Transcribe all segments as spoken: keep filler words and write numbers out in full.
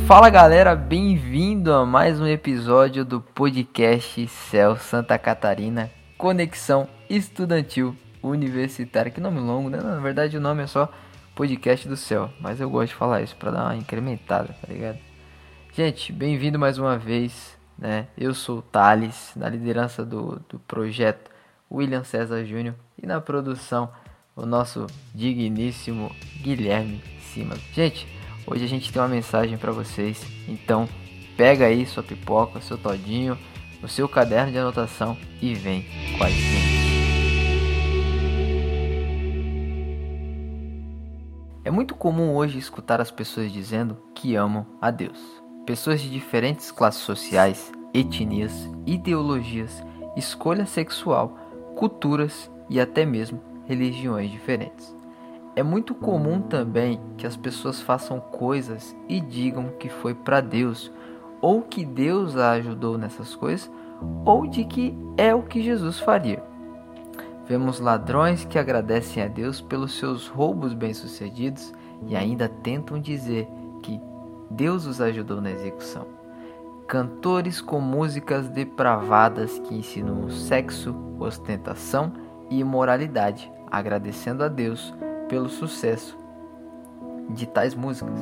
Fala galera, bem-vindo a mais um episódio do podcast Céu Santa Catarina, Conexão Estudantil Universitária. Que nome longo, né? Na verdade o nome é só Podcast do Céu, mas eu gosto de falar isso pra dar uma incrementada, tá ligado? Gente, bem-vindo mais uma vez, né? Eu sou o Thales, na liderança do, do projeto William César Júnior e na produção o nosso digníssimo Guilherme Simas. Gente, hoje a gente tem uma mensagem para vocês, então pega aí sua pipoca, seu todinho, o seu caderno de anotação e vem com a gente. É muito comum hoje escutar as pessoas dizendo que amam a Deus. Pessoas de diferentes classes sociais, etnias, ideologias, escolha sexual, culturas e até mesmo religiões diferentes. É muito comum também que as pessoas façam coisas e digam que foi para Deus, ou que Deus a ajudou nessas coisas, ou de que é o que Jesus faria. Vemos ladrões que agradecem a Deus pelos seus roubos bem-sucedidos e ainda tentam dizer que Deus os ajudou na execução. Cantores com músicas depravadas que ensinam sexo, ostentação e imoralidade, agradecendo a Deus pelo sucesso de tais músicas.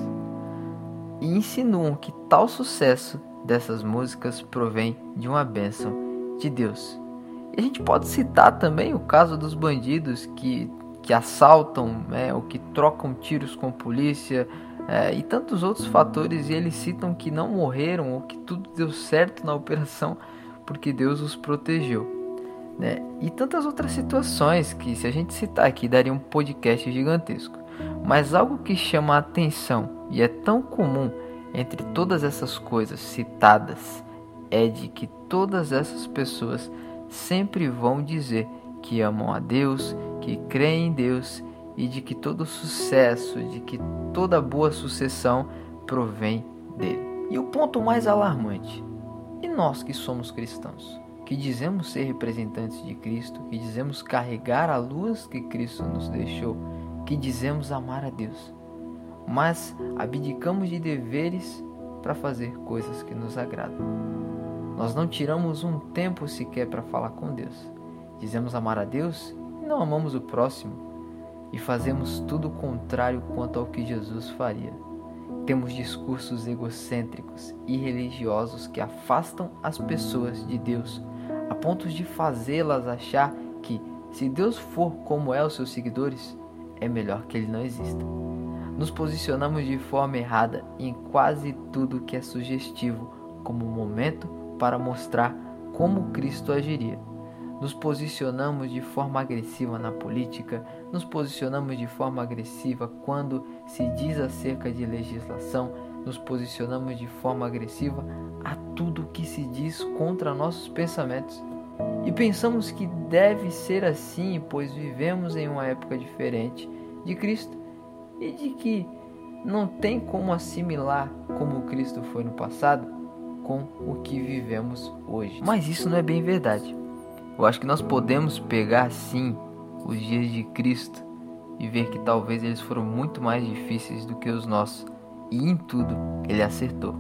E insinuam que tal sucesso dessas músicas provém de uma bênção de Deus. E a gente pode citar também o caso dos bandidos que, que assaltam, né, ou que trocam tiros com polícia, é, e tantos outros fatores, e eles citam que não morreram ou que tudo deu certo na operação porque Deus os protegeu. Né? E tantas outras situações que, se a gente citar aqui, daria um podcast gigantesco. Mas algo que chama a atenção e é tão comum entre todas essas coisas citadas é de que todas essas pessoas sempre vão dizer que amam a Deus, que creem em Deus e de que todo sucesso, de que toda boa sucessão provém dele. E o ponto mais alarmante, e nós que somos cristãos, que dizemos ser representantes de Cristo, que dizemos carregar a luz que Cristo nos deixou, que dizemos amar a Deus, mas abdicamos de deveres para fazer coisas que nos agradam. Nós não tiramos um tempo sequer para falar com Deus. Dizemos amar a Deus e não amamos o próximo, e fazemos tudo o contrário quanto ao que Jesus faria. Temos discursos egocêntricos e religiosos que afastam as pessoas de Deus, a ponto de fazê-las achar que, se Deus for como é os seus seguidores, é melhor que ele não exista. Nos posicionamos de forma errada em quase tudo que é sugestivo, como um momento para mostrar como Cristo agiria. Nos posicionamos de forma agressiva na política, nos posicionamos de forma agressiva quando se diz acerca de legislação, nos posicionamos de forma agressiva a tudo que se diz contra nossos pensamentos. E pensamos que deve ser assim, pois vivemos em uma época diferente de Cristo e de que não tem como assimilar como Cristo foi no passado com o que vivemos hoje. Mas isso não é bem verdade. Eu acho que nós podemos pegar sim os dias de Cristo e ver que talvez eles foram muito mais difíceis do que os nossos, e em tudo ele acertou.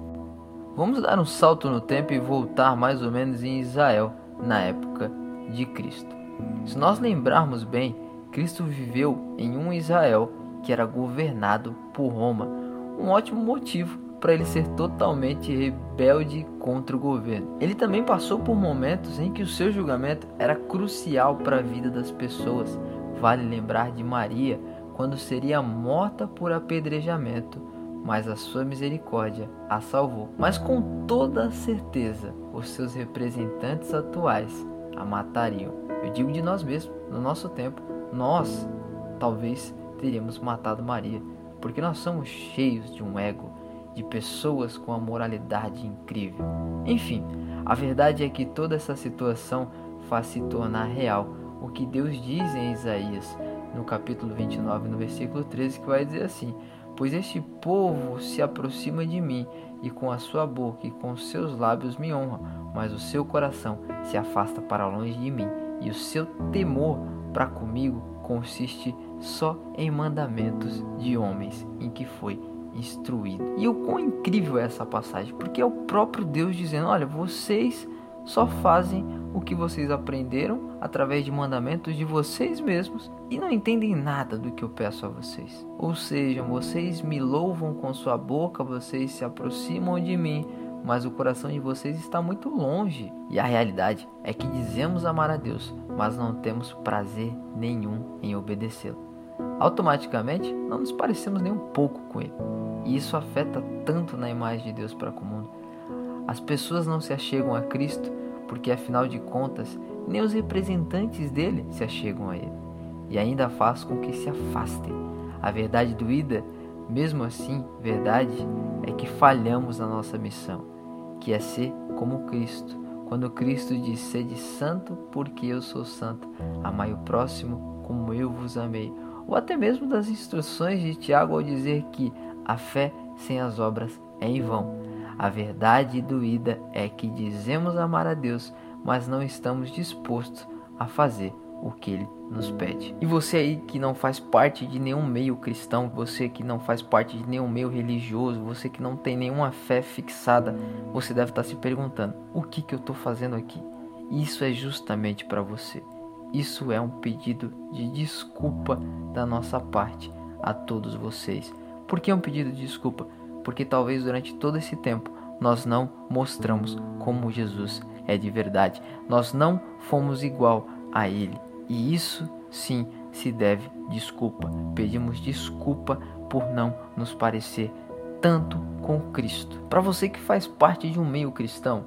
Vamos dar um salto no tempo e voltar mais ou menos em Israel, na época de Cristo. Se nós lembrarmos bem, Cristo viveu em um Israel que era governado por Roma, um ótimo motivo para ele ser totalmente rebelde contra o governo. Ele também passou por momentos em que o seu julgamento era crucial para a vida das pessoas. Vale lembrar de Maria, quando seria morta por apedrejamento, mas a sua misericórdia a salvou. Mas com toda certeza, os seus representantes atuais a matariam. Eu digo de nós mesmos, no nosso tempo, nós talvez teríamos matado Maria, porque nós somos cheios de um ego, de pessoas com a moralidade incrível. Enfim, a verdade é que toda essa situação faz se tornar real o que Deus diz em Isaías, no capítulo vinte e nove, no versículo treze, que vai dizer assim: pois este povo se aproxima de mim, e com a sua boca e com os seus lábios me honra, mas o seu coração se afasta para longe de mim, e o seu temor para comigo consiste só em mandamentos de homens em que foi instruído. E o quão incrível é essa passagem, porque é o próprio Deus dizendo: olha, vocês só fazem o que vocês aprenderam através de mandamentos de vocês mesmos e não entendem nada do que eu peço a vocês. Ou seja, vocês me louvam com sua boca, vocês se aproximam de mim, mas o coração de vocês está muito longe. E a realidade é que dizemos amar a Deus, mas não temos prazer nenhum em obedecê-lo. Automaticamente, não nos parecemos nem um pouco com ele. E isso afeta tanto na imagem de Deus para com o mundo. As pessoas não se achegam a Cristo porque, afinal de contas, nem os representantes dele se achegam a ele. E ainda faz com que se afastem. A verdade doída, mesmo assim, verdade, é que falhamos na nossa missão, que é ser como Cristo. Quando Cristo diz: sede santo porque eu sou santo, amai o próximo como eu vos amei. Ou até mesmo das instruções de Tiago ao dizer que a fé sem as obras é em vão. A verdade doída é que dizemos amar a Deus, mas não estamos dispostos a fazer o que Ele nos pede. E você aí que não faz parte de nenhum meio cristão, você que não faz parte de nenhum meio religioso, você que não tem nenhuma fé fixada, você deve estar se perguntando: o que, que eu estou fazendo aqui? E isso é justamente para você. Isso é um pedido de desculpa da nossa parte a todos vocês. Por que é um pedido de desculpa? Porque talvez durante todo esse tempo nós não mostramos como Jesus é de verdade. Nós não fomos igual a Ele. E isso sim se deve desculpa. Pedimos desculpa por não nos parecer tanto com Cristo. Para você que faz parte de um meio cristão,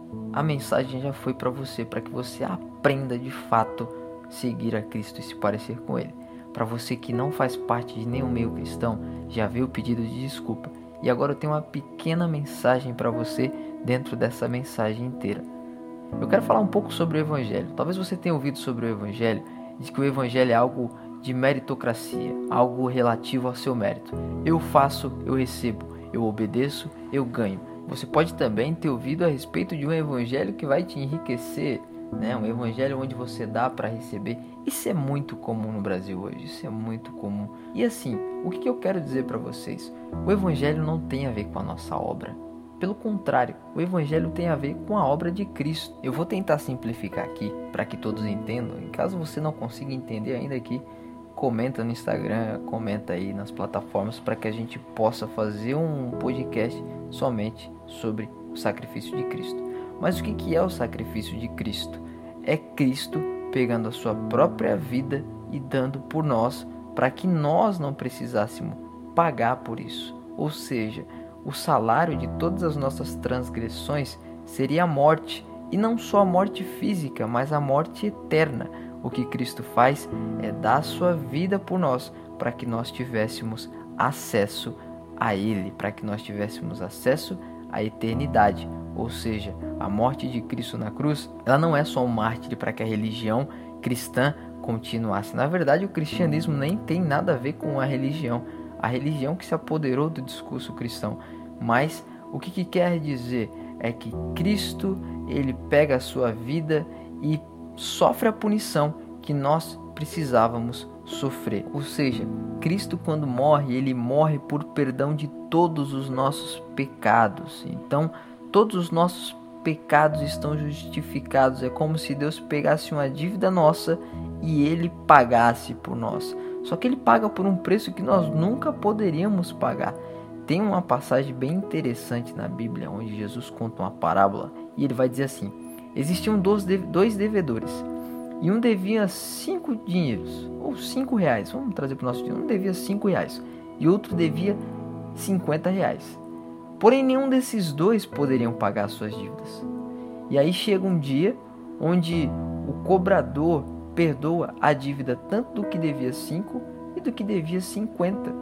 a mensagem já foi para você, para que você aprenda de fato seguir a Cristo e se parecer com Ele. Para você que não faz parte de nenhum meio cristão, já veio o pedido de desculpa. E agora eu tenho uma pequena mensagem para você dentro dessa mensagem inteira. Eu quero falar um pouco sobre o Evangelho. Talvez você tenha ouvido sobre o Evangelho, diz que o Evangelho é algo de meritocracia, algo relativo ao seu mérito. Eu faço, eu recebo, eu obedeço, eu ganho. Você pode também ter ouvido a respeito de um Evangelho que vai te enriquecer, né? Um Evangelho onde você dá para receber. Isso é muito comum no Brasil hoje, isso é muito comum. E assim, o que eu quero dizer para vocês? O Evangelho não tem a ver com a nossa obra. Pelo contrário, o Evangelho tem a ver com a obra de Cristo. Eu vou tentar simplificar aqui para que todos entendam. E caso você não consiga entender ainda aqui, comenta no Instagram, comenta aí nas plataformas para que a gente possa fazer um podcast somente sobre o sacrifício de Cristo. Mas o que é o sacrifício de Cristo? É Cristo pegando a sua própria vida e dando por nós, para que nós não precisássemos pagar por isso. Ou seja, o salário de todas as nossas transgressões seria a morte, e não só a morte física, mas a morte eterna. O que Cristo faz é dar a sua vida por nós, para que nós tivéssemos acesso a Ele, para que nós tivéssemos acesso à eternidade. Ou seja, a morte de Cristo na cruz, ela não é só um mártir para que a religião cristã continuasse. Na verdade, o cristianismo nem tem nada a ver com a religião, a religião que se apoderou do discurso cristão. Mas o que, que quer dizer é que Cristo, ele pega a sua vida e sofre a punição que nós precisávamos sofrer. Ou seja, Cristo, quando morre, ele morre por perdão de todos os nossos pecados. Então, todos os nossos pecados estão justificados. É como se Deus pegasse uma dívida nossa e ele pagasse por nós. Só que ele paga por um preço que nós nunca poderíamos pagar. Tem uma passagem bem interessante na Bíblia, onde Jesus conta uma parábola e ele vai dizer assim: existiam dois devedores e um devia cinco dinheiros, ou cinco reais, vamos trazer para o nosso dinheiro. Um devia cinco reais e outro devia cinquenta reais. Porém, nenhum desses dois poderiam pagar suas dívidas. E aí chega um dia onde o cobrador perdoa a dívida tanto do que devia cinco e do que devia cinquenta.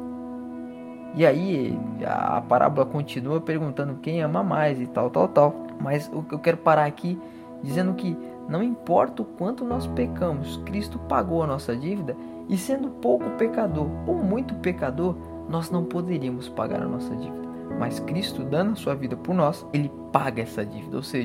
E aí a, a parábola continua perguntando quem ama mais e tal, tal, tal. Mas o que eu quero parar aqui dizendo que não importa o quanto nós pecamos, Cristo pagou a nossa dívida, e sendo pouco pecador ou muito pecador, nós não poderíamos pagar a nossa dívida. Mas Cristo, dando a sua vida por nós, ele paga essa dívida. Ou seja,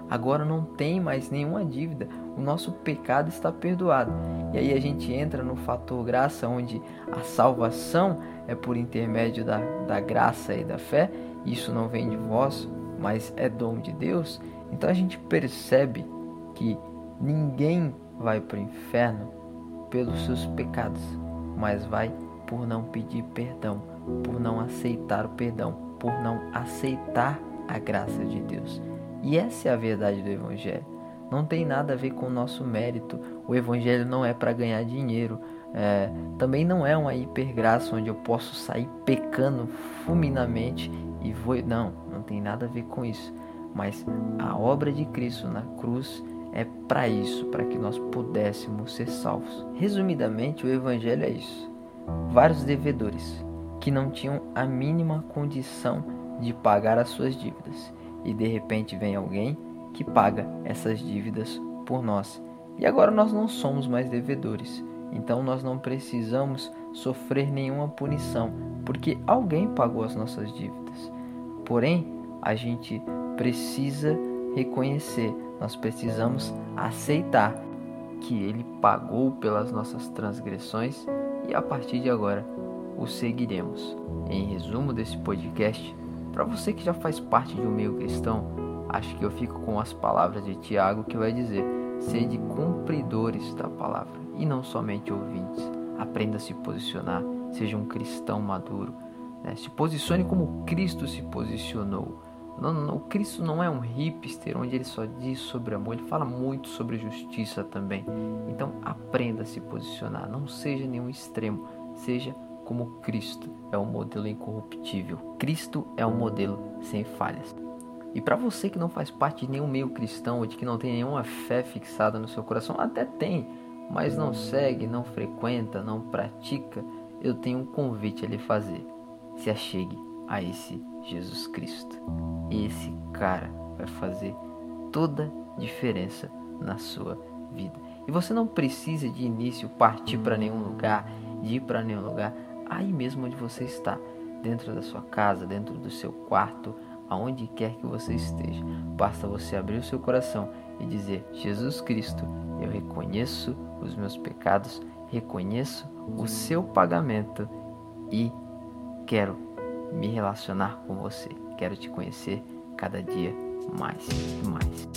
agora não tem mais nenhuma dívida, o nosso pecado está perdoado. E aí a gente entra no fator graça, onde a salvação é por intermédio da, da graça e da fé. Isso não vem de vós, mas é dom de Deus. Então a gente percebe que ninguém vai para o inferno pelos seus pecados, mas vai por não pedir perdão, por não aceitar o perdão, por não aceitar a graça de Deus. E essa é a verdade do Evangelho. Não tem nada a ver com o nosso mérito. O Evangelho não é para ganhar dinheiro. É, também não é uma hipergraça onde eu posso sair pecando fulminamente e vou... Não, não tem nada a ver com isso. Mas a obra de Cristo na cruz é para isso, para que nós pudéssemos ser salvos. Resumidamente, o Evangelho é isso. Vários devedores que não tinham a mínima condição de pagar as suas dívidas. E de repente vem alguém que paga essas dívidas por nós. E agora nós não somos mais devedores. Então nós não precisamos sofrer nenhuma punição, porque alguém pagou as nossas dívidas. Porém, a gente precisa reconhecer, nós precisamos aceitar que Ele pagou pelas nossas transgressões e a partir de agora o seguiremos. Em resumo desse podcast, para você que já faz parte de um meio cristão, acho que eu fico com as palavras de Tiago, que vai dizer: sede cumpridores da palavra e não somente ouvintes. Aprenda a se posicionar, seja um cristão maduro, né? Se posicione como Cristo se posicionou. Não, não, o Cristo não é um hipster onde ele só diz sobre amor, ele fala muito sobre justiça também. Então aprenda a se posicionar, não seja nenhum extremo, seja como Cristo é um modelo incorruptível. Cristo é um modelo sem falhas. E para você que não faz parte de nenhum meio cristão, ou de que não tem nenhuma fé fixada no seu coração, até tem, mas não segue, não frequenta, não pratica, eu tenho um convite a lhe fazer. Se achegue a esse Jesus Cristo. Esse cara vai fazer toda a diferença na sua vida. E você não precisa de início partir para nenhum lugar, de ir para nenhum lugar. Aí mesmo onde você está, dentro da sua casa, dentro do seu quarto, aonde quer que você esteja, basta você abrir o seu coração e dizer: Jesus Cristo, eu reconheço os meus pecados, reconheço o seu pagamento e quero me relacionar com você, quero te conhecer cada dia mais e mais.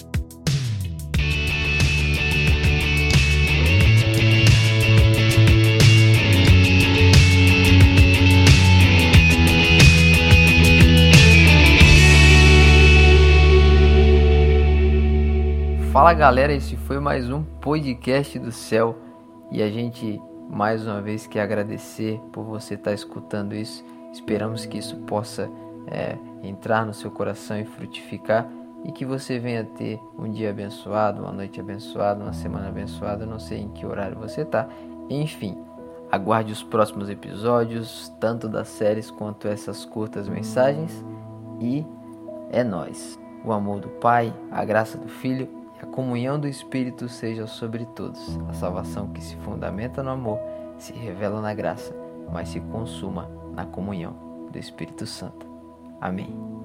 Fala galera, esse foi mais um podcast do céu e a gente mais uma vez quer agradecer por você estar escutando isso. Esperamos que isso possa é, entrar no seu coração e frutificar e que você venha ter um dia abençoado, uma noite abençoada, uma semana abençoada. Eu não sei em que horário você está. Enfim, aguarde os próximos episódios, tanto das séries quanto essas curtas mensagens, e é nóis. O amor do Pai, a graça do Filho, a comunhão do Espírito seja sobre todos. A salvação que se fundamenta no amor se revela na graça, mas se consuma na comunhão do Espírito Santo. Amém.